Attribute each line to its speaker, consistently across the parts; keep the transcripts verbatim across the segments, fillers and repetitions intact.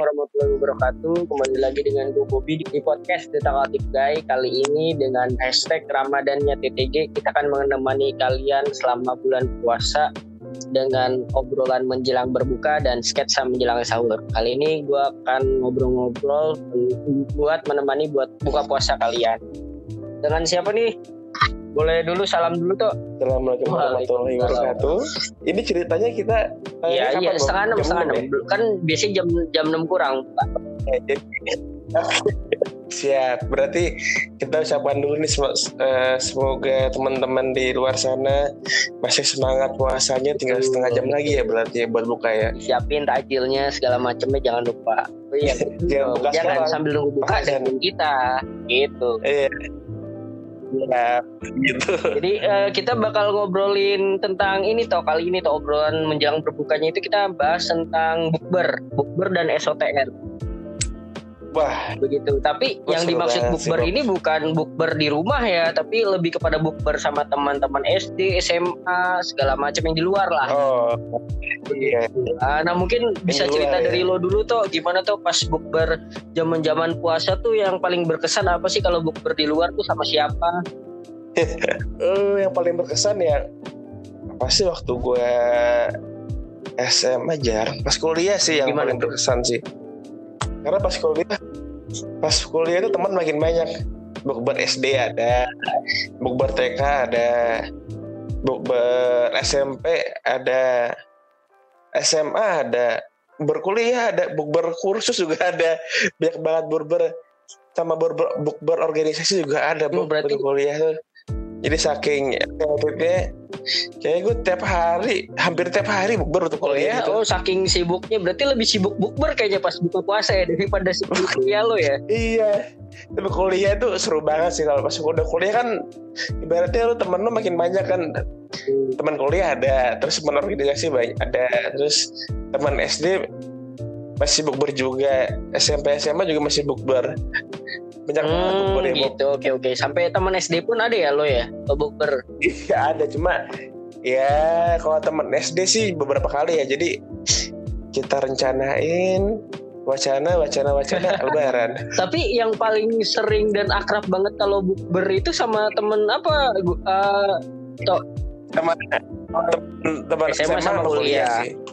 Speaker 1: warahmatullahi wabarakatuh. Kembali lagi dengan gue Bobby di podcast The Talkative Guy. Kali ini dengan hashtag Ramadannya T T G, kita akan menemani kalian selama bulan puasa dengan obrolan menjelang berbuka dan sketsa menjelang sahur. Kali ini gue akan ngobrol-ngobrol buat menemani buat buka puasa kalian. Dengan siapa nih? Boleh dulu salam dulu tuh.
Speaker 2: Assalamualaikum warahmatullahi wabarakatuh. Ini ceritanya kita
Speaker 1: Iya iya setengah enam setengah enam
Speaker 2: ya?
Speaker 1: Kan biasanya jam jam enam kurang Pak.
Speaker 2: Ya, jadi, siap. Berarti kita ucapkan dulu nih semoga teman-teman di luar sana masih semangat puasanya. Tinggal setengah jam lagi ya berarti ya buat buka ya.
Speaker 1: Siapin takjilnya segala macamnya, jangan lupa. Oh iya,
Speaker 2: jangan, buka
Speaker 1: jangan
Speaker 2: sekarang.
Speaker 1: sambil nunggu buka dan kita gitu.
Speaker 2: Iya. Ya, gitu.
Speaker 1: Jadi uh, kita bakal ngobrolin tentang ini toh kali ini toh obrolan menjelang berbukanya itu kita bahas tentang bukber, bukber dan S O T R.
Speaker 2: Wah,
Speaker 1: begitu. Tapi
Speaker 2: Wah,
Speaker 1: yang dimaksud bukber ini bukan bukber di rumah ya, tapi lebih kepada bukber sama teman-teman S D, S M A, segala macam yang di luar lah.
Speaker 2: Oh, iya.
Speaker 1: Nah mungkin bisa
Speaker 2: Yang
Speaker 1: cerita
Speaker 2: luar,
Speaker 1: dari
Speaker 2: ya.
Speaker 1: lo dulu tuh gimana tuh pas bukber zaman-zaman puasa tuh yang paling berkesan apa sih kalau bukber di luar tuh sama siapa?
Speaker 2: uh, yang paling berkesan ya pasti waktu gue S M A jarang. Pas kuliah sih yang
Speaker 1: Gimana
Speaker 2: paling
Speaker 1: tuh?
Speaker 2: berkesan sih. Karena pas kuliah, pas kuliah itu teman makin banyak. Bukber S D ada, bukber T K ada, bukber S M P ada, S M A ada, berkuliah ada, bukber kursus juga ada, banyak banget bukber sama bukber, bukber organisasi juga ada.
Speaker 1: Hmm, berarti
Speaker 2: kuliah tuh. Jadi saking aktifnya, kayak gue tiap hari, hampir tiap hari bukber untuk kuliah.
Speaker 1: Oh, gitu. Saking sibuknya, berarti lebih sibuk bukber kayaknya pas buka puasa ya daripada sibuk kuliah lo ya.
Speaker 2: Iya, tapi kuliah tuh seru banget sih. Kalau pas udah kuliah kan, ibaratnya lo temen lo makin banyak kan. Teman kuliah ada, terus teman organisasi banyak ada, terus teman S D masih bukber juga, S M P S M A juga masih bukber. Banyak banget
Speaker 1: hmm,
Speaker 2: bukber ya.
Speaker 1: Gitu, oke oke. Sampai teman S D pun ada ya lo ya, lo bukber?
Speaker 2: Iya ada, cuma ya kalau teman S D sih beberapa kali ya. Jadi kita rencanain wacana wacana wacana lebaran.
Speaker 1: Tapi yang paling sering dan akrab banget kalau bukber itu sama temen apa? Uh, toh
Speaker 2: teman teman
Speaker 1: S M A sama kuliah.
Speaker 2: Sih.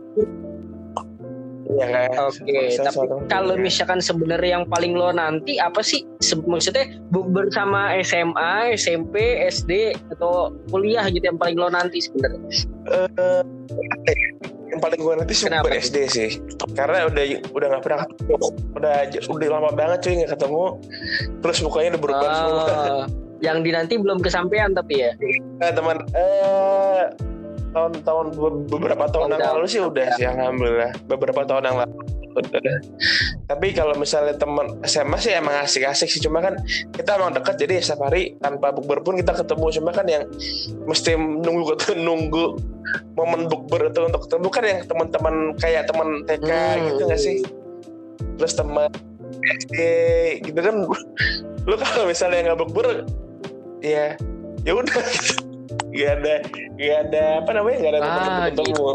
Speaker 2: Iya kan.
Speaker 1: Oke, okay, tapi kalau misalkan sebenarnya yang paling lo nanti apa sih? Se- maksudnya bukber sama S M A, S M P, S D atau kuliah gitu yang paling lo nanti sebenarnya?
Speaker 2: Uh, yang paling gue nanti sih bukber S D sih. Karena udah udah nggak pernah ketemu. Udah udah lama banget cuy nggak ketemu. Terus mukanya udah berubah
Speaker 1: oh,
Speaker 2: semua.
Speaker 1: Yang dinanti belum kesampaian tapi ya.
Speaker 2: Nah, teman eh tahun-tahun beberapa tahun yang lalu sih udah sih alhamdulillah, beberapa tahun yang lalu udah. Tapi kalau misalnya teman S M A sih emang asik-asik sih, cuma kan kita emang dekat jadi setiap hari tanpa bukber pun kita ketemu. Cuma kan yang mesti nunggu nunggu momen bukber itu untuk ketemu kan yang teman-teman kayak teman T K hmm. gitu nggak sih, terus teman S D gitu kan. Lu kalau misalnya nggak bukber ya ya udah gak ada gak ada apa namanya gak ada
Speaker 1: ah,
Speaker 2: teman-teman
Speaker 1: gitu.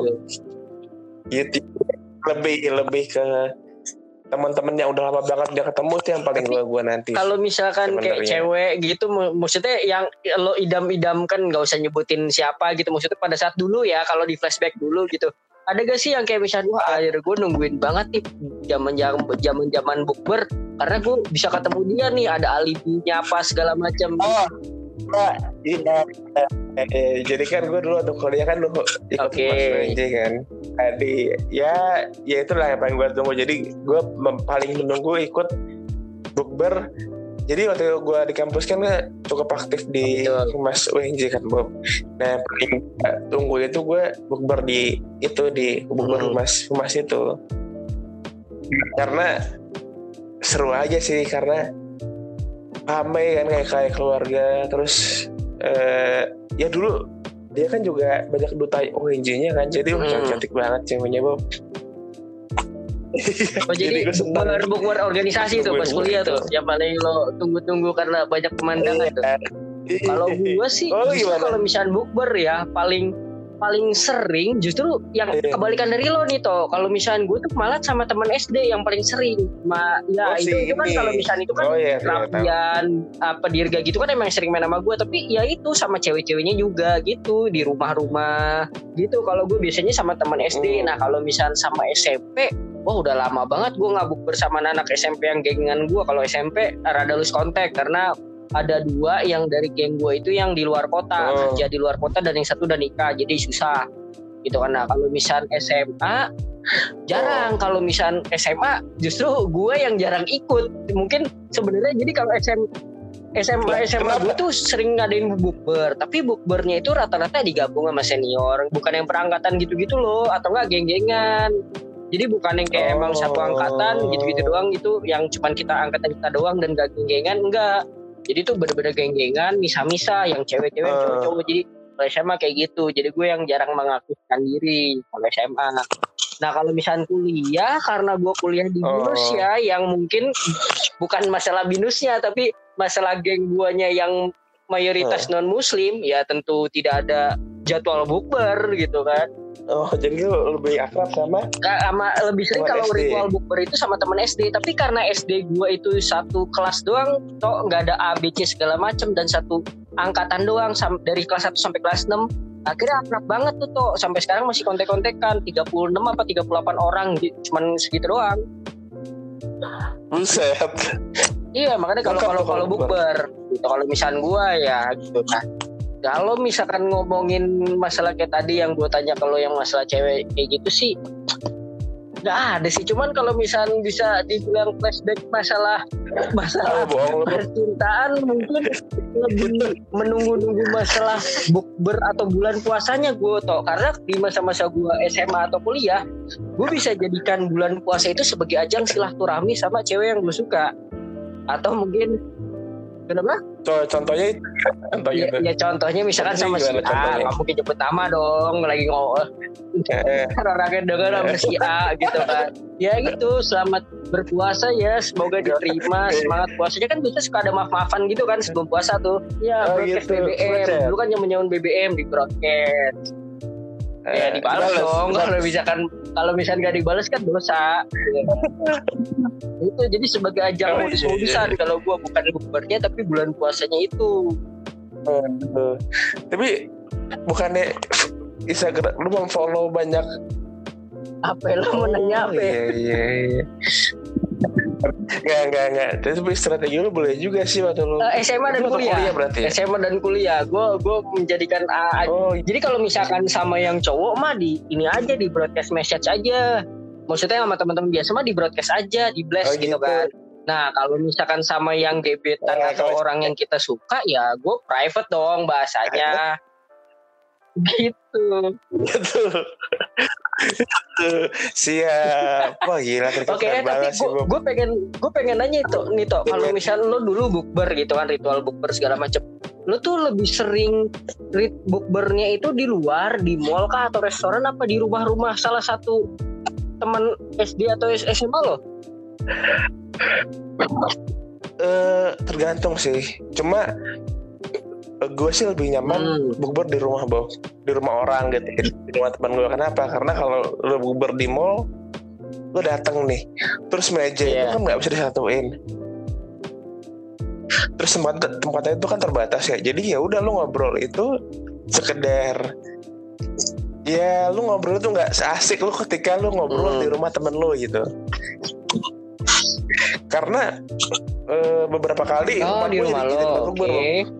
Speaker 2: gitu lebih lebih ke teman-teman yang udah lama banget dia ketemu itu yang paling gue gue nanti.
Speaker 1: Kalau misalkan sebenernya kayak cewek gitu, maksudnya yang lo idam-idamkan, nggak usah nyebutin siapa gitu, maksudnya pada saat dulu ya, kalau di flashback dulu gitu, ada gak sih yang kayak misalnya wah akhirnya gue nungguin banget nih zaman zaman zaman bukber karena gue bisa ketemu dia nih, ada alibinya apa segala macam.
Speaker 2: Oh. Nah, iya. Eh, jadi kan gue dulu waktu kuliah kan dulu ikut
Speaker 1: okay.
Speaker 2: Mas Wenji kan. Jadi ya, ya itulah yang paling gue tunggu. Jadi gue mem- paling menunggu ikut bukber. Jadi waktu gue di kampus kan gue cukup aktif di Mas Wenji kan Bob. Nah yang paling tunggu itu gue bukber di itu di bukber hmm. Mas Mas itu. Karena seru aja sih, karena ramai kan kayak kayak keluarga. Terus eh, ya dulu dia kan juga banyak duta O N J-nya kan, jadi hmm. oh, cantik banget ceweknya Bob.
Speaker 1: Oh jadi bukber bukber organisasi tuh pas kuliah tuh yang paling lo tunggu-tunggu karena banyak pemandangan tuh. Kalau gue sih oh, kalau misalnya bukber ya paling paling sering justru yang
Speaker 2: Iya.
Speaker 1: kebalikan dari lo nih toh. Kalau misalnya gue tuh malah sama teman S D yang paling sering. Ma, ya
Speaker 2: Oh,
Speaker 1: itu,
Speaker 2: si
Speaker 1: itu kan
Speaker 2: ini.
Speaker 1: kalau misalnya itu kan
Speaker 2: Oh iya, iya, tahu.
Speaker 1: Rapian apa Dirga gitu kan emang sering main sama gue. Tapi ya itu sama cewek-ceweknya juga gitu di rumah-rumah gitu. Kalau gue biasanya sama teman S D.
Speaker 2: Hmm.
Speaker 1: Nah kalau misalnya sama S M P, wah udah lama banget gue nggak bukber sama anak S M P yang gengan gue. Kalau S M P rada lose kontak karena ada dua yang dari geng gue itu yang di luar kota,
Speaker 2: Oh.
Speaker 1: kerja di luar kota, dan yang satu udah nikah, jadi susah gitu kan. Nah kalau misal S M A jarang. Kalau misal S M A justru gue yang jarang ikut. Mungkin sebenarnya jadi kalau S M S M A S M A gue tuh sering ngadain bukber, tapi bukbernya itu rata-rata digabung sama senior, bukan yang perangkatan gitu-gitu loh, atau enggak geng-gengan. Jadi bukan yang kayak
Speaker 2: Oh.
Speaker 1: emang satu angkatan gitu-gitu doang, itu yang cuman kita angkatan kita doang dan gak geng-gengan, enggak. Jadi tuh bener-bener geng-gengan, misa-misa, yang cewek-cewek, yang
Speaker 2: Uh.
Speaker 1: cowok-cowok. Jadi kalau S M A kayak gitu. Jadi gue yang jarang mengaktifkan diri kalau S M A. Nah kalau misalnya kuliah, karena gue kuliah di BINUS
Speaker 2: Oh.
Speaker 1: ya, yang mungkin bukan masalah BINUSnya, tapi masalah geng guanya yang mayoritas non muslim, ya tentu tidak ada jadwal bukber gitu kan.
Speaker 2: Oh, jadi lu lebih akrab sama?
Speaker 1: Ka- sama lebih sering
Speaker 2: Teman
Speaker 1: kalau
Speaker 2: S D.
Speaker 1: ritual bukber itu sama teman S D. Tapi karena S D gua itu satu kelas doang, toh nggak ada A B C segala macem, dan satu angkatan doang sam- dari kelas satu sampai kelas enam. Akhirnya akrab banget tuh toh, sampai sekarang masih kontek-kontekan. tiga puluh enam apa tiga puluh delapan orang, cuman segitu doang.
Speaker 2: Buset.
Speaker 1: Iya, makanya kalau
Speaker 2: Lengkap
Speaker 1: kalau
Speaker 2: tuh
Speaker 1: kalau
Speaker 2: kalau
Speaker 1: bukber gitu. Kalau misalnya gua ya gitu kan. Kalau misalkan ngomongin masalah kayak tadi yang gue tanya, kalau yang masalah cewek kayak gitu sih nggak ada sih. Cuman kalau misalnya bisa dibilang flashback masalah masalah
Speaker 2: Oh, bohong lu.
Speaker 1: percintaan, mungkin lebih menunggu-nunggu masalah bukber atau bulan puasanya gue toh. Karena di masa-masa gue S M A atau kuliah, gue bisa jadikan bulan puasa itu sebagai ajang silaturahmi sama cewek yang gue suka. Atau mungkin kenapa?
Speaker 2: Contohnya itu, contohnya
Speaker 1: Ya,
Speaker 2: itu.
Speaker 1: ya contohnya misalkan
Speaker 2: Contohnya
Speaker 1: sama si
Speaker 2: gimana
Speaker 1: A,
Speaker 2: contohnya?
Speaker 1: nggak mungkin nyebut nama dong, lagi ngomong
Speaker 2: Eh,
Speaker 1: orangnya denger sama si A gitu kan. Ya gitu, selamat berpuasa ya, semoga diterima, semangat puasanya. Kan biasanya suka ada maaf-maafan gitu kan sebelum puasa tuh. Ya
Speaker 2: Oh,
Speaker 1: broadcast
Speaker 2: gitu.
Speaker 1: B B M,
Speaker 2: Broadcast.
Speaker 1: dulu kan nyamun-nyamun B B M di broadcast. Ya
Speaker 2: eh,
Speaker 1: dibalas
Speaker 2: dibales.
Speaker 1: dong, kalau misalkan kalau misalkan nggak dibalas kan dosa. Itu jadi sebagai ajang
Speaker 2: Oh, iya,
Speaker 1: modus-modusan
Speaker 2: iya.
Speaker 1: kalau gua, bukan bukbernya tapi bulan puasanya itu.
Speaker 2: Eh, Tapi bukannya Instagram lu follow banyak?
Speaker 1: Apa ya, lo mau nanya apa ya?
Speaker 2: Iya iya iya. Enggak enggak enggak. Tapi strategi lu boleh juga sih waktu lu.
Speaker 1: Eh, S M A dan
Speaker 2: Lu waktu
Speaker 1: kuliah.
Speaker 2: berarti. Ya?
Speaker 1: S M A dan kuliah, gue gue menjadikan A.
Speaker 2: Oh,
Speaker 1: Jadi kalau misalkan sama yang cowok mah di ini aja, di broadcast message aja. Maksudnya sama teman-teman biasa mah di broadcast aja, di blast
Speaker 2: Oh,
Speaker 1: gitu
Speaker 2: gitu.
Speaker 1: kan. Nah kalau misalkan sama yang gebetan
Speaker 2: Eh,
Speaker 1: atau
Speaker 2: kalau-
Speaker 1: orang yang kita suka, ya gue private dong bahasanya. Gitu.
Speaker 2: betul. Betul. Siap. Wah gila
Speaker 1: Oke,
Speaker 2: keren
Speaker 1: tapi
Speaker 2: banget sih
Speaker 1: gue
Speaker 2: Bob.
Speaker 1: gue pengen gue pengen nanya itu nih toh, kalau misal lo dulu bukber gitu kan, ritual bukber segala macem, lo tuh lebih sering rit bukbernya itu di luar, di mall kah, atau restoran, apa di rumah-rumah salah satu teman S D atau S M A lo?
Speaker 2: Eh, tergantung sih. Cuma eh, gue sih lebih nyaman
Speaker 1: Hmm.
Speaker 2: bukber di rumah Bob, di rumah orang gitu, di rumah teman gue. Kenapa? Karena kalau lu bukber di mall, lu datang nih, terus meja itu
Speaker 1: Iya.
Speaker 2: kan nggak bisa disatuin. Terus tempat tempatnya itu kan terbatas ya. Jadi ya udah lu ngobrol itu sekedar ya lu ngobrol itu nggak seasik lu ketika lu ngobrol
Speaker 1: Hmm.
Speaker 2: di rumah temen lu gitu. Karena eh, beberapa kali
Speaker 1: Oh, di
Speaker 2: gue
Speaker 1: rumah
Speaker 2: jadi- jadi tempat
Speaker 1: lo.
Speaker 2: bukber,
Speaker 1: Oke.
Speaker 2: Bob.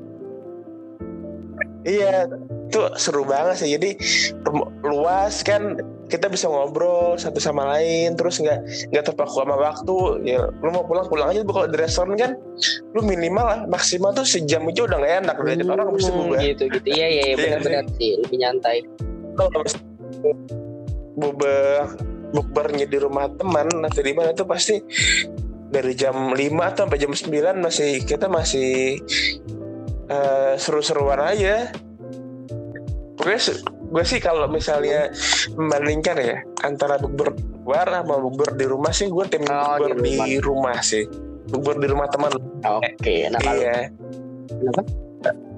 Speaker 2: Iya, itu seru banget sih. Jadi rum- luas kan, kita bisa ngobrol satu sama lain, terus nggak nggak terpaku sama waktu. Ya, lu mau pulang pulang aja. Kalau di restoran kan, lu minimal lah, maksimal tuh sejam aja udah nggak enak. Udah jadi orang mesti
Speaker 1: Hmm,
Speaker 2: bubar.
Speaker 1: gitu gitu. Iya iya, iya,
Speaker 2: Iya
Speaker 1: benar-benar sih, lebih nyantai.
Speaker 2: Kalau mesti bubar bukbernya di rumah teman nanti di mana tuh pasti dari jam lima atau sampai jam sembilan masih kita masih eh, seru-seruan aja. Pokoknya se- gue sih kalau misalnya membandingkan ya antara bukber luar sama bukber di rumah sih, gue tim
Speaker 1: Oh,
Speaker 2: bukber
Speaker 1: di
Speaker 2: di, rumah sih. Bukber di rumah teman.
Speaker 1: Oke, nah kalau
Speaker 2: Iya.
Speaker 1: kenapa?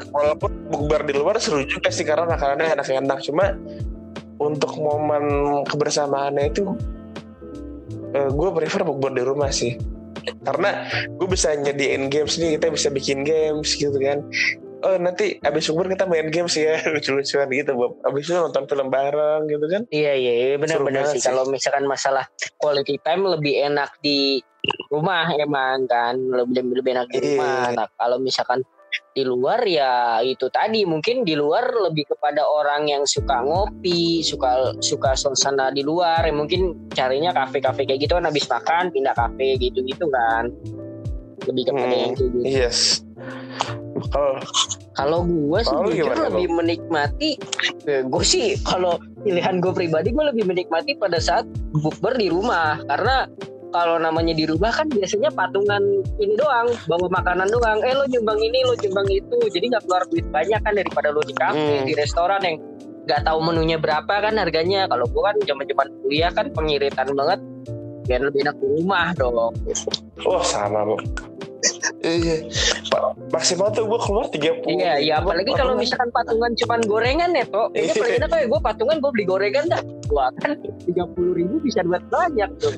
Speaker 2: walaupun bukber di luar seru juga sih karena makanannya enak-enak, cuma untuk momen kebersamaannya itu uh, gue prefer bukber di rumah sih, karena gue bisa nyediain games nih, kita bisa bikin games gitu kan. Oh nanti abis bukber kita main games ya, lucu-lucuan gitu Bob. Abis itu nonton film bareng gitu kan.
Speaker 1: Iya iya, iya benar-benar sih. Kalau misalkan masalah quality time lebih enak di rumah emang kan, lebih lebih enak di rumah. Nah kalau misalkan di luar ya itu tadi, mungkin di luar lebih kepada orang yang suka ngopi, suka suka suasana di luar, ya mungkin carinya kafe-kafe kayak gitu kan, habis makan pindah kafe gitu-gitu kan, lebih kepada hmm, yang kayak gitu.
Speaker 2: Yes. Kalau
Speaker 1: kalau gue sih jujur lebih lo? menikmati, gue sih kalau pilihan gue pribadi gue lebih menikmati pada saat bukber di rumah, karena kalau namanya di rumah kan biasanya patungan ini doang, bawa makanan doang, eh lo nyumbang ini, lo nyumbang itu, jadi nggak keluar duit banyak kan daripada lo di kafe, hmm. di restoran yang nggak tahu menunya berapa kan harganya. Kalau gue kan zaman-zaman kuliah kan pengiritan banget, biar lebih enak di rumah dong.
Speaker 2: Oh sama bu. Iya, maksimal tuh gue keluar tiga puluh.
Speaker 1: Iya, ya apalagi kalau misalkan patungan cuman gorengan ya toh. Kayaknya paling enak kayak gue patungan gue beli gorengan dah. Wah kan tiga puluh ribu bisa buat banyak tuh.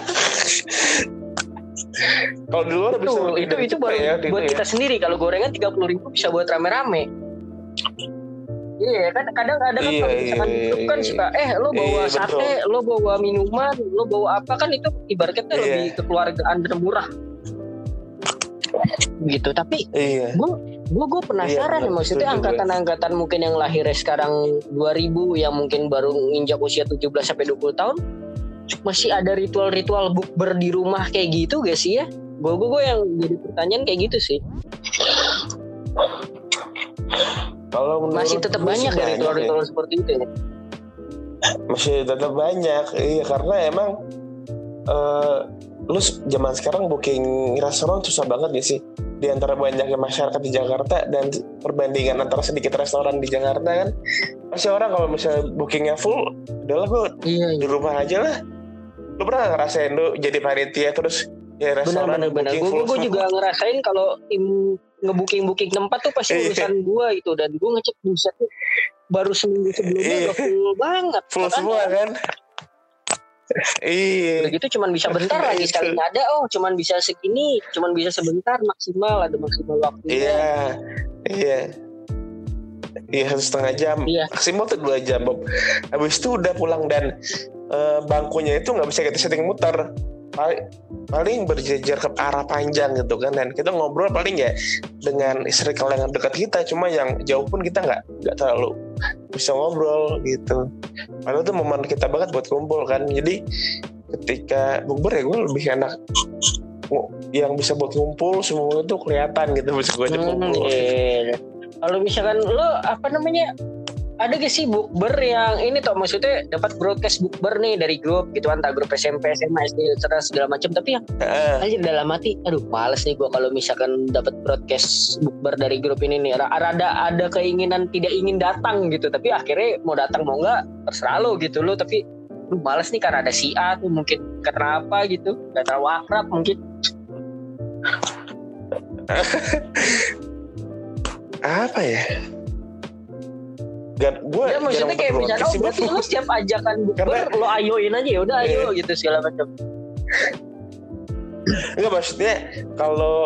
Speaker 2: Kalau di luar bisa
Speaker 1: itu itu, itu baru ya, buat kita ya. Sendiri. Kalau gorengan tiga puluh ribu bisa buat rame-rame. Iya kan kadang ada kan iya, kalau misalkan iya, iya, kan suka eh lo bawa iya, sate, betul. Lo bawa minuman, lo bawa apa kan itu ibaratnya iya. lebih kekeluargaan dan murah. Gitu, tapi iya. gue gue gue penasaran iya, ya maksudnya angkatan-angkatan mungkin yang lahirnya sekarang dua ribu yang mungkin baru nginjak usia tujuh belas sampai dua puluh tahun masih ada ritual-ritual bukber di rumah kayak gitu gak sih ya? Gue gue gue yang jadi pertanyaan kayak gitu sih.
Speaker 2: Kalau
Speaker 1: masih tetap banyak ya ritual-ritual ya. Seperti itu ya?
Speaker 2: Masih tetap banyak, iya karena emang uh, lu zaman sekarang booking restoran susah banget ya sih, di antara banyaknya masyarakat di Jakarta dan perbandingan antara sedikit restoran di Jakarta kan pasti orang kalau misalnya bookingnya full udahlah gue iya, iya. di rumah aja lah. Lu pernah ngerasain lu jadi panitia terus ya restoran
Speaker 1: benar-benar gue gue juga ngerasain kalau tim ngebooking booking tempat tuh pasti urusan gue itu, dan gue ngecek buset tuh baru seminggu sebelumnya udah full banget
Speaker 2: full kan? Semua kan
Speaker 1: iya. Udah gitu cuman bisa bentar lagi sekali nggak ada, oh cuman bisa segini, cuman bisa sebentar maksimal, ada maksimal waktunya.
Speaker 2: Iya, iya, iya satu setengah jam, iya. Maksimal tuh dua jam Bob. Habis itu udah pulang dan uh, bangkunya itu nggak bisa kita setting muter, paling, paling berjejer ke arah panjang gitu kan, dan kita ngobrol paling ya dengan circle yang dekat kita, cuma yang jauh pun kita nggak nggak terlalu bisa ngobrol gitu. Padahal itu momen kita banget buat kumpul kan. Jadi ketika bukber ya gue lebih enak yang bisa buat kumpul semua itu kelihatan gitu, bisa gue ajak kumpul.
Speaker 1: Hmm, iya. Kalau misalkan lo apa namanya ada gak sih bukber yang ini toh maksudnya dapat broadcast bukber nih dari grup gitu, entah grup S M P, S M A, S D, segala macam, tapi yang uh. aja dalam hati aduh males nih gue kalau misalkan dapat broadcast bukber dari grup ini nih, rada ada keinginan tidak ingin datang gitu, tapi akhirnya mau datang mau enggak terserah lo gitu lo, tapi lu males nih karena ada si A tuh, mungkin karena apa gitu, gak terlalu akrab mungkin.
Speaker 2: Apa ya? Gak, gue
Speaker 1: ya maksudnya kayak misalnya oh berarti lo setiap ajakan bukber lo ayoin aja, ya udah ayo gitu segala macam.
Speaker 2: Enggak, maksudnya kalau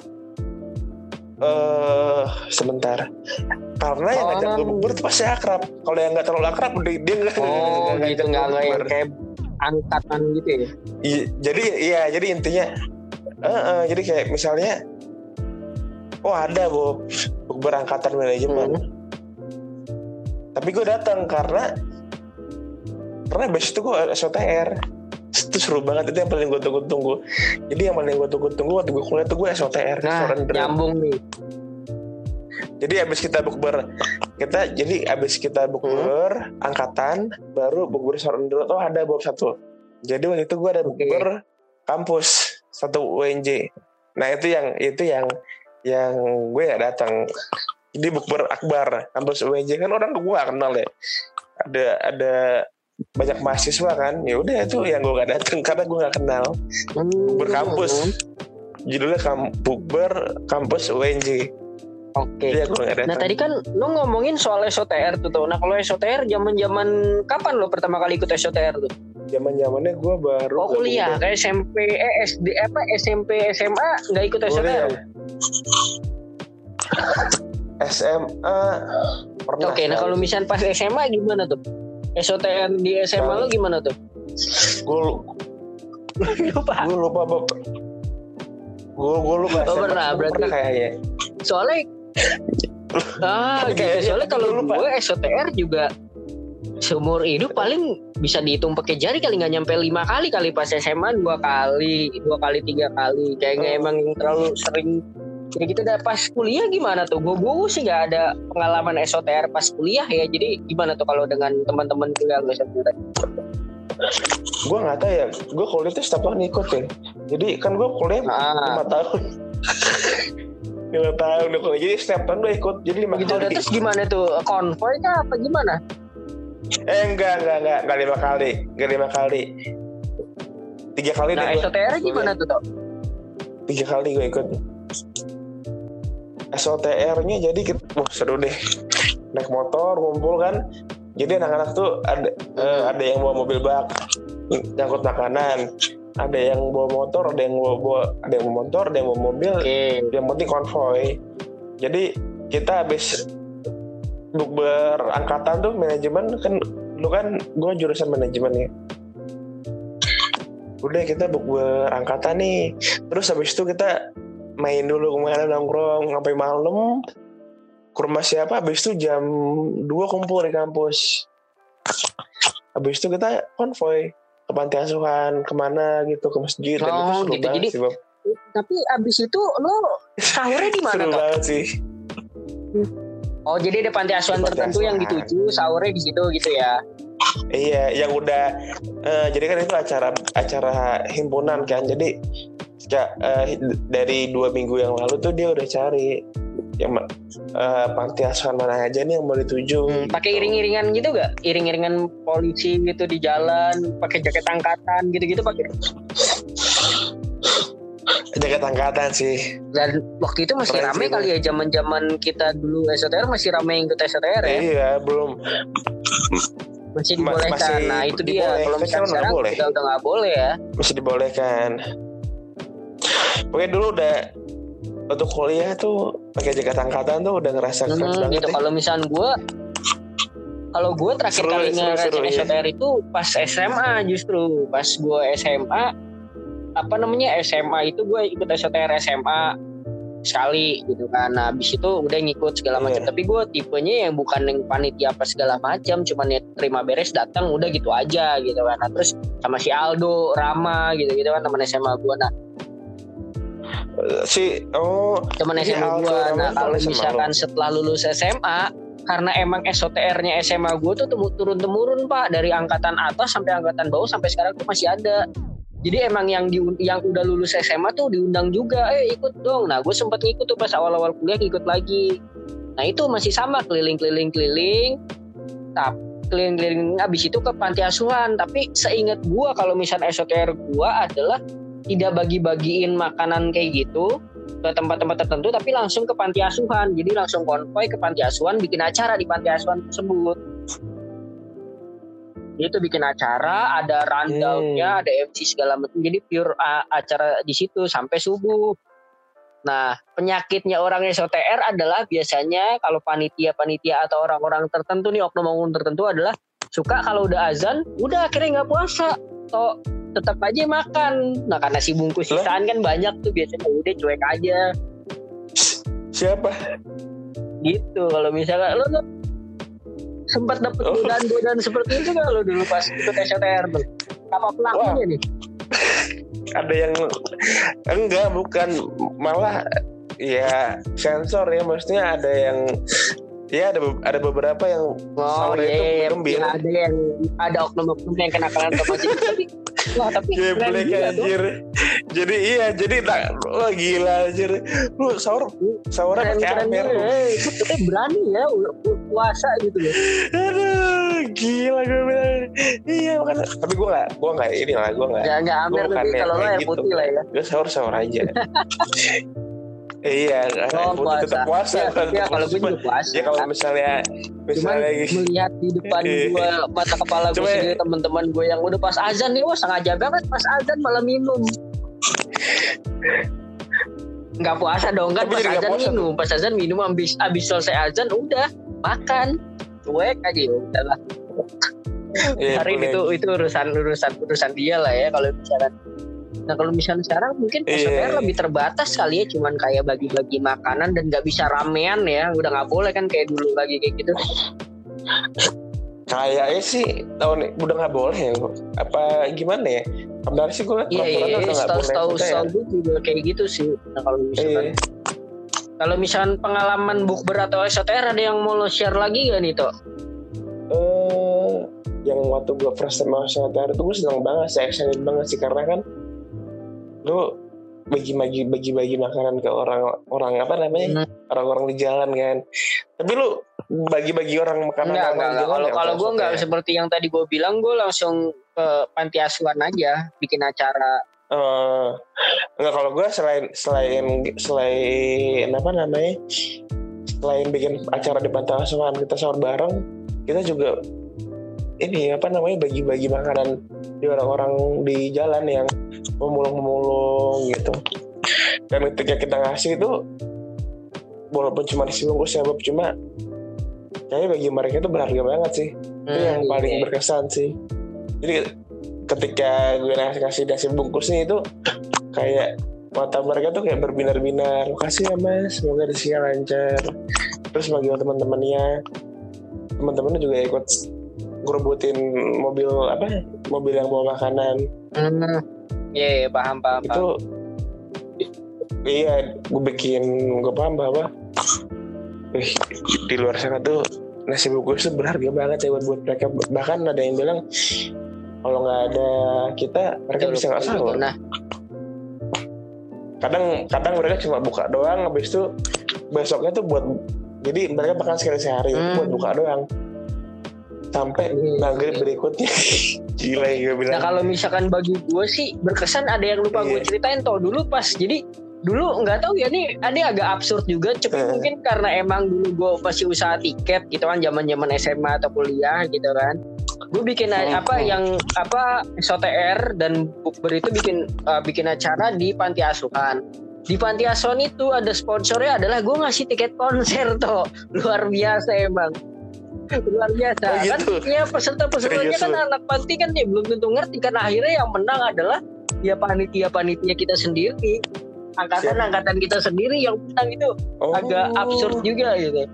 Speaker 2: uh, sebentar karena yang oh, ngajak gue bukber tuh pasti akrab. Kalau yang nggak terlalu akrab dia nggak
Speaker 1: oh gak gitu, nggak nggak yang kayak angkatan gitu ya.
Speaker 2: I, jadi iya jadi intinya uh, uh, jadi kayak misalnya oh ada bu bukber angkatan manajemen. Hmm. Tapi gue datang karena karena besok itu gue S O T R. Itu seru banget, itu yang paling gue tunggu-tunggu. Jadi yang paling gue tunggu-tunggu waktu gue kuliah tuh gue S O T R.
Speaker 1: Nah, nyambung nih.
Speaker 2: Jadi abis kita bukber kita jadi abis kita bukber hmm. angkatan baru bukber restoran dulu tuh ada Bob satu. Jadi waktu itu gue ada bukber okay. kampus satu U N J. Nah itu yang itu yang yang gue gak datang. Jadi bukber akbar kampus U N J kan orang gue kenal ya, ada ada banyak mahasiswa kan, ya udah itu yang gue gak datang karena gue gak kenal. Bukber kampus judulnya kam, bukber kampus U N J.
Speaker 1: Oke.
Speaker 2: Jadi aku nggak datang.
Speaker 1: Nah tadi kan lo ngomongin soal S O T R tuh tuh. Nah kalau S O T R zaman-zaman kapan lo pertama kali ikut S O T R tuh?
Speaker 2: Zaman-zamannya gue baru.
Speaker 1: Oh kuliah, kayak S M P, eh S D apa S M P, S M A nggak ikut S O T R?
Speaker 2: S M A pernah.
Speaker 1: Oke, nah kalau misalnya pas S M A gimana tuh? S O T R di S M A lo gimana tuh?
Speaker 2: Gue
Speaker 1: lupa.
Speaker 2: Gue lupa bapak. Gue gue lupa.
Speaker 1: Oh pernah, berarti
Speaker 2: pernah kayaknya.
Speaker 1: Soalnya ah gitu. Soalnya kalau gue S O T R juga seumur hidup paling bisa dihitung pakai jari kali, nggak nyampe lima kali kali. Pas S M A dua kali, dua kali tiga kali. Kayaknya emang terlalu sering. Jadi gitu. Udah pas kuliah gimana tuh? Gue gue sih nggak ada pengalaman S O T R pas kuliah ya. Jadi gimana tuh kalau dengan teman-teman kuliah lo S O T R?
Speaker 2: Gue nggak tahu ya. Gue kuliah tuh setiap tahun ikut ya. Jadi kan gue kuliah lima tahun. lima tahun udah kuliah. Jadi setiap tahun gue ikut. Jadi lima
Speaker 1: gitu,
Speaker 2: kali.
Speaker 1: Terus gimana tuh? Konvoy kah apa gimana?
Speaker 2: Eh enggak enggak enggak enggak lima kali, enggak lima kali, tiga kali.
Speaker 1: Nah S O T R gimana tuh toh?
Speaker 2: Tiga kali gue ikut. S O T R-nya jadi kita, wah seru deh, naik motor ngumpul kan. Jadi anak-anak tuh ada hmm. uh, ada yang bawa mobil bak, ngangkut makanan, ada yang bawa motor, ada yang bawa, bawa ada yang bawa motor, ada yang bawa mobil, okay. Yang penting konvoy. Jadi kita habis bukber angkatan tuh manajemen kan, lu kan gue jurusan manajemen ya. Udah kita bukber angkatan nih, terus habis itu kita main dulu kemana, nongkrong sampai malam. Ke rumah siapa? Habis itu jam dua kumpul di kampus. Habis itu kita konvoy ke panti asuhan, kemana gitu, ke masjid.
Speaker 1: Oh,
Speaker 2: dan itu seru
Speaker 1: gitu.
Speaker 2: banget
Speaker 1: Jadi,
Speaker 2: sih, Bob.
Speaker 1: Tapi abis itu lo sahurnya di mana?
Speaker 2: Seru banget sih.
Speaker 1: Oh jadi ada panti asuhan tertentu yang dituju, sahurnya di situ gitu ya?
Speaker 2: Iya, yang udah uh, jadi kan itu acara acara himpunan kan. Jadi ya, uh, dari dua minggu yang lalu tuh dia udah cari yang uh, panti asuhan mana aja nih yang mau dituju. Hmm,
Speaker 1: gitu. Pakai iring-iringan gitu gak? Iring-iringan polisi gitu di jalan, pakai jaket angkatan gitu-gitu pakai?
Speaker 2: Jaket angkatan sih.
Speaker 1: Dan waktu itu masih rame kali ya, zaman-zaman kita dulu S O T R masih rame yang ikut S O T R ya?
Speaker 2: Iya, belum.
Speaker 1: Masih dibolehkan. Masih nah itu dia. Kalau misalnya sekarang boleh. Udah udah nggak boleh ya.
Speaker 2: Masih dibolehkan. Pokoknya dulu udah untuk kuliah tuh pakai jaket angkatan tuh udah ngerasa
Speaker 1: hmm,
Speaker 2: keren banget.
Speaker 1: Gitu. Ya. Kalau misalnya gue, kalau gue terakhir seru, kalinya ngerasain S O T R itu pas S M A justru. Pas gue S M A, apa namanya S M A itu gue ikut S O T R S M A sekali gitu kan. Nah habis itu udah ngikut segala macam. Yeah. Tapi gue tipenya yang bukan yang panitia apa segala macam, cuman ya terima beres datang udah gitu aja gitu kan. Nah terus sama si Aldo, Rama gitu gitu kan teman S M A gue. Nah
Speaker 2: si oh
Speaker 1: teman S M A gue. Nah kalau misalkan setelah lulus S M A, karena emang S O T R-nya S M A gue tuh turun-temurun Pak, dari angkatan atas sampai angkatan bawah sampai sekarang tuh masih ada. Jadi emang yang di, yang udah lulus S M A tuh diundang juga, eh ikut dong. Nah gue sempat ngikut tuh pas awal-awal kuliah, ngikut lagi. Nah itu masih sama keliling-keliling-keliling, tapi keliling-keliling abis itu ke panti asuhan. Tapi seingat gue kalau misalnya S O T R gue adalah tidak bagi-bagiin makanan kayak gitu ke tempat-tempat tertentu, tapi langsung ke panti asuhan. Jadi langsung konvoy ke panti asuhan, bikin acara di panti asuhan tersebut. Itu bikin acara, ada rundown-nya, hmm. ada M C segala macam. Jadi pure uh, acara di situ sampai subuh. Nah, penyakitnya orang S O T R adalah biasanya kalau panitia-panitia atau orang-orang tertentu nih, oknum-oknum tertentu adalah suka kalau udah azan, udah akhirnya nggak puasa, toh tetap aja makan. Nah, karena si bungkus sisaan kan banyak tuh biasanya, udah cuek aja.
Speaker 2: Siapa?
Speaker 1: Gitu. Kalau misalnya lo tuh sempat dapet oh. godaan-godaan seperti itu kalau dulu pas ikut S O T R tuh. Apa pelakunya nih?
Speaker 2: Ada yang enggak, bukan, malah ya sensor ya, maksudnya ada yang ya ada ada beberapa yang
Speaker 1: oh iya, itu iya, ada yang ada oknum-oknum yang kenakalan sama sih. Tapi wah tapi
Speaker 2: geblek anjir. Jadi iya, jadi tak wah gila anjir. Lu sahur sahurnya pakai amer.
Speaker 1: Itu kita berani ya puasa gitu loh.
Speaker 2: Aduh, gila gue bilang. Iya makanya. Tapi gue enggak, gue enggak ini lah, gue enggak.
Speaker 1: Enggak enggak amer, tapi kalau lo yang
Speaker 2: gitu.
Speaker 1: Putih lah ya.
Speaker 2: Gue sahur sahur aja. Iya,
Speaker 1: Oh,
Speaker 2: gue
Speaker 1: puasa.
Speaker 2: tetap puasa.
Speaker 1: Ya,
Speaker 2: kan,
Speaker 1: ya
Speaker 2: tetap
Speaker 1: kalau gue
Speaker 2: puasa.
Speaker 1: juga puasa.
Speaker 2: Ya kalau misalnya
Speaker 1: Cuman
Speaker 2: misalnya
Speaker 1: melihat di depan
Speaker 2: Iya.
Speaker 1: gue, mata kepala gue
Speaker 2: Cuma-
Speaker 1: sendiri, teman-teman gue yang udah pas azan nih, wah sengaja banget pas azan malah minum. Nggak puasa dong kan,
Speaker 2: Tapi
Speaker 1: pas
Speaker 2: jadi nggak
Speaker 1: azan
Speaker 2: puasa
Speaker 1: minum, pas azan minum, abis abis selesai azan udah makan, cuek aja ya udahlah.
Speaker 2: ya,
Speaker 1: Hari
Speaker 2: boleh.
Speaker 1: itu itu urusan urusan urusan dia lah ya kalau misalkan. Nah kalau misalnya sekarang mungkin S O T R
Speaker 2: Iya.
Speaker 1: lebih terbatas kali ya, cuman kayak bagi-bagi makanan dan nggak bisa ramean ya, udah nggak boleh kan kayak dulu lagi kayak gitu.
Speaker 2: Kayaknya sih tahun udah nggak boleh ya. Apa gimana ya? Sebenarnya sih gue liat
Speaker 1: Iya iya,
Speaker 2: peraturannya
Speaker 1: iya.
Speaker 2: udah nggak
Speaker 1: Setahu
Speaker 2: boleh
Speaker 1: setahu
Speaker 2: S O T R.
Speaker 1: setahu gue juga kayak gitu sih. Nah kalau misalkan
Speaker 2: Iya.
Speaker 1: kalau misalkan pengalaman bukber atau S O T R ada yang mau lo share lagi gak nih Tok?
Speaker 2: Eh, yang waktu gue first time S O T R itu gue seneng banget sih, excited banget sih karena kan lu bagi-bagi bagi-bagi makanan ke orang-orang apa namanya
Speaker 1: Hmm.
Speaker 2: orang-orang di jalan kan. Tapi lu bagi-bagi orang makanan
Speaker 1: Enggak,
Speaker 2: orang
Speaker 1: enggak,
Speaker 2: di
Speaker 1: enggak.
Speaker 2: jalan
Speaker 1: Kalau
Speaker 2: ya,
Speaker 1: kalau
Speaker 2: waktu
Speaker 1: gue enggak
Speaker 2: S O T R?
Speaker 1: seperti yang tadi gue bilang, gue langsung ke panti asuhan aja, bikin acara.
Speaker 2: Eh, enggak, kalau gue selain selain selain apa namanya selain bikin acara di pantai asuhan kita sahur bareng, kita juga ini apa namanya bagi-bagi makanan di orang-orang di jalan yang memulung-memulung gitu. Dan ketika kita ngasih itu walaupun cuma nasi bungkus ya Bob, cuma kayaknya bagi mereka itu berharga banget sih. Itu
Speaker 1: Hmm,
Speaker 2: yang paling
Speaker 1: iya.
Speaker 2: berkesan sih. Jadi ketika gue ngasih nasi bungkus nih itu kayak mata mereka tuh kayak berbinar-binar. Makasih ya mas, semoga rezekinya lancar. Terus bagi teman-temannya, teman-temannya juga ikut ngerebutin mobil apa mobil yang bawa makanan.
Speaker 1: Hmm, iya, iya, paham, paham, paham.
Speaker 2: Itu iya gue bikin gue paham bahwa eh, di luar sana tuh nasi bungkus tuh berharga banget ya buat, buat mereka. Bahkan ada yang bilang kalau nggak ada kita mereka
Speaker 1: Betul,
Speaker 2: bisa nggak
Speaker 1: betul,
Speaker 2: sahur.
Speaker 1: Nah,
Speaker 2: Kadang kadang mereka cuma buka doang, habis itu besoknya tuh buat jadi mereka makan sekali sehari
Speaker 1: Hmm.
Speaker 2: buat buka doang sampai
Speaker 1: Iya,
Speaker 2: maghrib
Speaker 1: iya.
Speaker 2: berikutnya. Gila ya gue bilang.
Speaker 1: nah kalau misalkan bagi gue sih berkesan ada yang lupa gue
Speaker 2: Iya.
Speaker 1: ceritain Toh dulu pas jadi dulu nggak tahu ya nih ada agak absurd juga tapi
Speaker 2: Eh.
Speaker 1: mungkin karena emang dulu gue masih usaha tiket gitu kan zaman zaman S M A atau kuliah gitu kan gue bikin
Speaker 2: Hmm,
Speaker 1: apa
Speaker 2: hmm.
Speaker 1: yang apa S O T R dan bukber itu bikin uh, bikin acara di panti asuhan. Di panti asuhan itu ada sponsornya adalah gue ngasih tiket konser Toh, luar biasa emang. Luar biasa
Speaker 2: Oh,
Speaker 1: kan
Speaker 2: gitu?
Speaker 1: ya peserta-pesertanya
Speaker 2: Serius
Speaker 1: kan
Speaker 2: lu?
Speaker 1: anak panti kan ya belum tentu ngerti kan akhirnya yang menang adalah ya panitia-panitia kita sendiri angkatan-angkatan kita sendiri yang menang itu
Speaker 2: Oh.
Speaker 1: agak absurd juga gitu.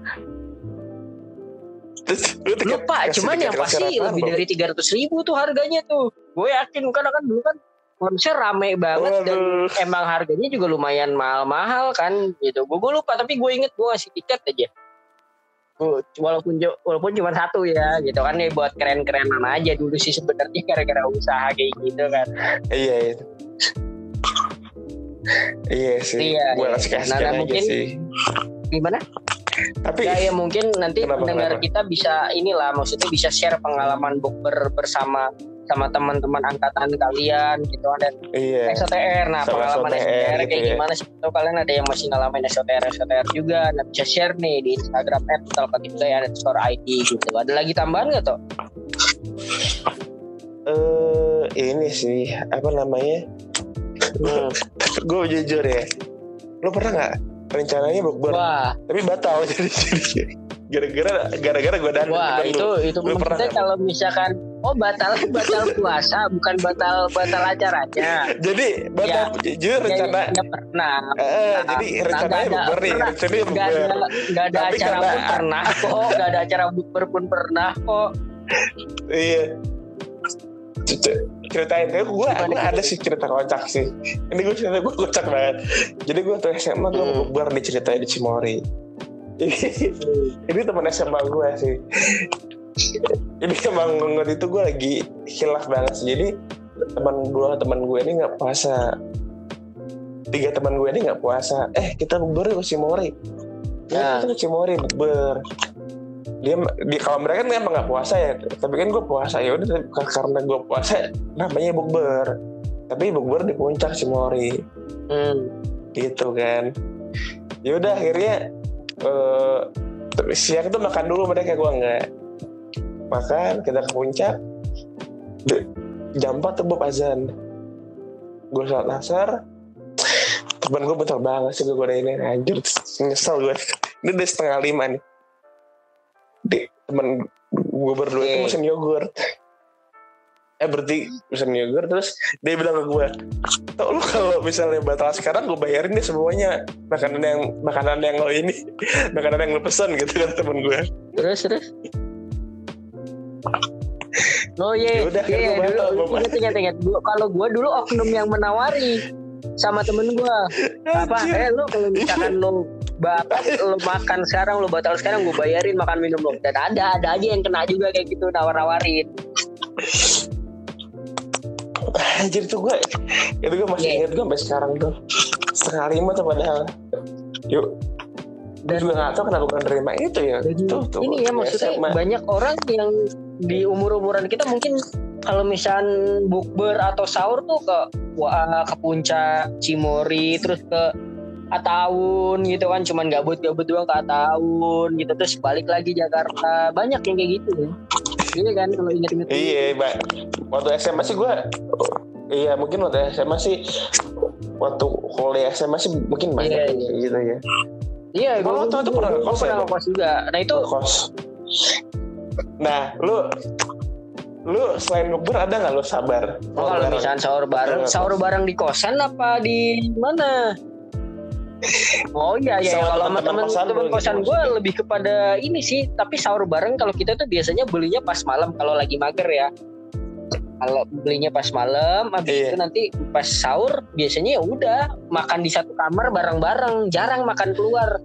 Speaker 2: Terus, lu tiket-
Speaker 1: Lupa
Speaker 2: kasih
Speaker 1: cuman
Speaker 2: tiket
Speaker 1: yang
Speaker 2: konser
Speaker 1: pasti
Speaker 2: apaan,
Speaker 1: lebih
Speaker 2: Bob?
Speaker 1: dari tiga ratus ribu tuh harganya tuh. Gue yakin karena kan dulu kan konser rame banget dan
Speaker 2: Waduh.
Speaker 1: emang harganya juga lumayan mahal-mahal kan gitu. Gue lupa tapi gue inget gue ngasih tiket aja. Gue walaupun ju- walaupun cuma satu ya gitu kan ya buat keren-kerenan aja dulu sih sebenarnya gara-gara usaha kayak gitu kan.
Speaker 2: Iya, iya. Iya sih.
Speaker 1: Iya,
Speaker 2: Gue
Speaker 1: iya.
Speaker 2: kasih kasih
Speaker 1: Nah, nah,
Speaker 2: aja
Speaker 1: mungkin-
Speaker 2: sih.
Speaker 1: Gimana?
Speaker 2: Tapi
Speaker 1: Ya, ya mungkin nanti
Speaker 2: Kenapa,
Speaker 1: pendengar
Speaker 2: kenapa?
Speaker 1: kita bisa inilah maksudnya bisa share pengalaman bukber bersama sama teman-teman angkatan kalian gitu ada
Speaker 2: iya.
Speaker 1: S O T R. Nah,
Speaker 2: Sama
Speaker 1: pengalaman
Speaker 2: S O T R
Speaker 1: S O T R kayak
Speaker 2: gitu ya.
Speaker 1: gimana sih? Atau kalian ada yang masih ngalamin S O T R S O T R juga? Nah, bisa share nih di Instagram at talkative underscore I D gitu. Ada lagi tambahan nggak toh?
Speaker 2: Eh ini sih apa namanya?
Speaker 1: Hmm.
Speaker 2: Gue jujur ya. Lo pernah nggak rencananya bukber
Speaker 1: Wah,
Speaker 2: tapi batal jadi jadi gara-gara gara-gara gue dan
Speaker 1: wah
Speaker 2: dan
Speaker 1: itu
Speaker 2: lu.
Speaker 1: itu
Speaker 2: Lu pernah
Speaker 1: maksudnya
Speaker 2: nggak?
Speaker 1: kalau misalkan oh batal batal puasa bukan batal batal acaranya.
Speaker 2: Jadi batal jujur
Speaker 1: Ya,
Speaker 2: rencana.
Speaker 1: ya, ya pernah.
Speaker 2: Eh,
Speaker 1: Nah,
Speaker 2: jadi
Speaker 1: nggak
Speaker 2: rencananya
Speaker 1: ada-
Speaker 2: bukber nih,
Speaker 1: pernah.
Speaker 2: rencananya
Speaker 1: Gak
Speaker 2: bukber.
Speaker 1: ada, gak ada
Speaker 2: Tapi
Speaker 1: acara
Speaker 2: karena-
Speaker 1: pun pernah kok, gak ada acara bukber pun pernah kok.
Speaker 2: Iya. C- ceritain deh, gue gue ada sih cerita kocak sih. Ini gue cerita gue kocak banget. Jadi gue tuh S M A gue
Speaker 1: Hmm.
Speaker 2: bukber diceritain di Cimory. Ini ini teman S M A gue sih. Ini emang waktu itu gue lagi hilaf banget sih. Jadi teman dua teman gue ini nggak puasa. Tiga teman gue ini nggak puasa. Eh kita bukber ke Cimory.
Speaker 1: Nah.
Speaker 2: Ya, kita ke Cimory bukber. Dia, dia kalau mereka kan emang nggak puasa ya, tapi kan gue puasa ya udah karena gue puasa namanya bukber. Tapi bukber di puncak Cimory
Speaker 1: Hmm.
Speaker 2: gitu kan. Ya udah akhirnya uh, siang tuh makan dulu mereka, gue enggak makan. Kita ke puncak jam empat tuh Bob azan, gue sholat asar. Temen gue bentar banget sih gue godain, anjir nyesel gue. Ini udah setengah lima nih. Di, temen gue berdua itu pesen yogurt. Eh berarti pesen yogurt, terus dia bilang ke gue, tau lu kalau misalnya batal sekarang gue bayarin deh semuanya makanan yang makanan yang lo ini, makanan yang lo pesen gitu kan temen gue.
Speaker 1: Terus terus. Oh iya,
Speaker 2: yeah,
Speaker 1: iya dulu ingat-ingat kalau gue dulu oknum yang menawari sama temen gue apa, eh lu kalau misalkan lu batal lu makan sekarang, lu batal sekarang, gue bayarin makan minum lu. Dan ada ada aja yang kena juga kayak gitu, nawar-nawarin.
Speaker 2: Anjir tuh gue, itu gue masih yeah. ingat gue sampai sekarang tuh setengah lima tuh padahal. Yuk. Dan juga nggak tahu kenapa gue nerima itu ya. Tuh, tuh,
Speaker 1: ini ya maksudnya S M A. Banyak orang yang di umur-umuran kita mungkin kalau misalnya bukber atau sahur tuh ke wah, ke puncak Cimory, terus ke Ataun gitu kan, cuman gabut-gabut doang ke Ataun gitu, terus balik lagi Jakarta. Banyak yang kayak gitu ya. Iya kan kalau ingat-ingat.
Speaker 2: Iya, Mbak. Waktu S M A sih gue, iya mungkin waktu S M A sih, waktu kuliah S M A sih mungkin banyak iya, iya. gitu ya.
Speaker 1: Iya, gue
Speaker 2: tuh itu pernah ngekos ya.
Speaker 1: Ngekos juga. Nah itu.
Speaker 2: Ngekos. Nah, lu, lu selain ngebur ada nggak lu sabar?
Speaker 1: Oh, kalau misalnya sahur bareng, sahur bareng di kosan apa di mana? Oh iya ya, kalau sama teman-teman kosan gue lebih kepada ini sih. Tapi sahur bareng kalau kita tuh biasanya belinya pas malam kalau lagi mager ya. Kalau belinya pas malam, habis iya. itu nanti pas sahur biasanya ya udah makan di satu kamar bareng-bareng, jarang makan keluar.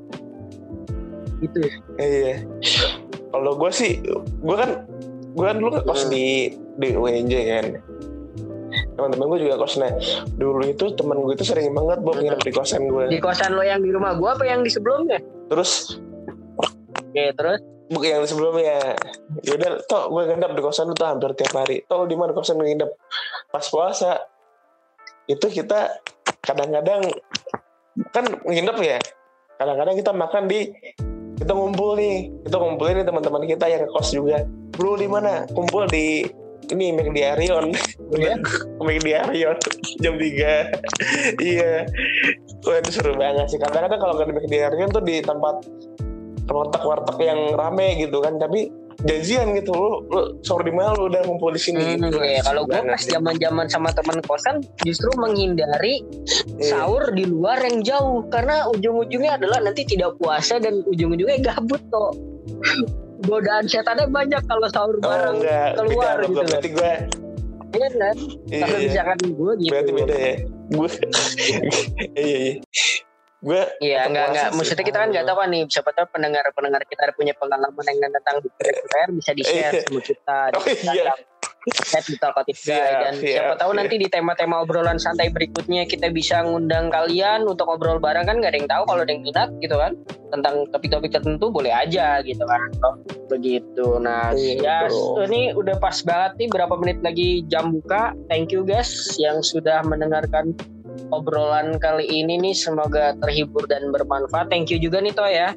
Speaker 1: Gitu.
Speaker 2: Iya. Kalau gue sih, gue kan, gue kan dulu ngekos hmm. di di U N J kan. Teman-teman gue juga kos. Nah, dulu itu teman gue itu sering banget bawa nginep di kosan gue. Di
Speaker 1: kosan lo yang di rumah gue apa yang di sebelumnya?
Speaker 2: Terus,
Speaker 1: oke terus.
Speaker 2: Bukan yang sebelumnya. Yaudah, toh gue nginep di kosan lu tuh hampir tiap hari. Toh di mana kosan lu nginep? Pas puasa itu kita kadang-kadang kan nginep ya. Kadang-kadang kita makan di, kita ngumpul nih, kita ngumpulin nih teman-teman kita yang kos juga. Lu di mana? Kumpul di ini Mac di Arion.
Speaker 1: Ya?
Speaker 2: Mac di Arion jam tiga. Iya. Wah itu seru banget sih. Kadang-kadang kalau nggak di Mac di Arion tuh di tempat warteg-warteg yang rame gitu kan, tapi janjian gitu, lu, lu sahur di mana lu udah ngumpul di sini.
Speaker 1: Hmm,
Speaker 2: gitu.
Speaker 1: Ya, kalau gue pas zaman-zaman sama teman kosan justru menghindari yeah. sahur di luar yang jauh, karena ujung-ujungnya adalah nanti tidak puasa dan ujung-ujungnya gabut toh. Godaan setannya banyak kalau sahur bareng
Speaker 2: oh, enggak,
Speaker 1: keluar
Speaker 2: beda,
Speaker 1: gitu.
Speaker 2: Berarti gue
Speaker 1: iya kan?
Speaker 2: Iya,
Speaker 1: kalau misalkan gue gitu.
Speaker 2: Berarti beda ya. Gue iya iya. Gue
Speaker 1: iya nggak nggak maksudnya kita kan nggak tahu kan nih, siapa tahu pendengar pendengar kita punya pengalaman yang tentang bukber bisa di share sama kita
Speaker 2: oh,
Speaker 1: di
Speaker 2: iya.
Speaker 1: chat di Talkative Guy, dan siap, siapa tahu siap. Nanti di tema-tema obrolan santai berikutnya kita bisa ngundang kalian untuk ngobrol bareng kan, nggak ada yang tahu kalau ada yang minat gitu kan tentang topik-topik tertentu, boleh aja gitu kan. Oh, begitu. Nah iya, ya ini udah pas banget nih, berapa menit lagi jam buka. Thank you guys yang sudah mendengarkan obrolan kali ini nih, semoga terhibur dan bermanfaat. Thank you juga nih Toh ya.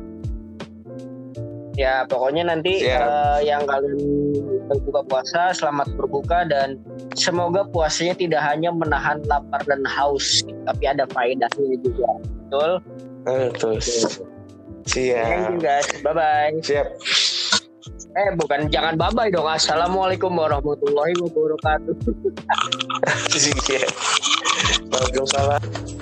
Speaker 1: Ya pokoknya nanti uh, yang kalian berbuka puasa, selamat berbuka, dan semoga puasanya tidak hanya menahan lapar dan haus, tapi ada faedahnya juga. Betul?
Speaker 2: Betul. Siap.
Speaker 1: Thank you guys. Bye bye.
Speaker 2: Siap.
Speaker 1: Eh bukan, jangan bye bye dong. Assalamualaikum warahmatullahi wabarakatuh.
Speaker 2: Siap. Waalaikumsalam.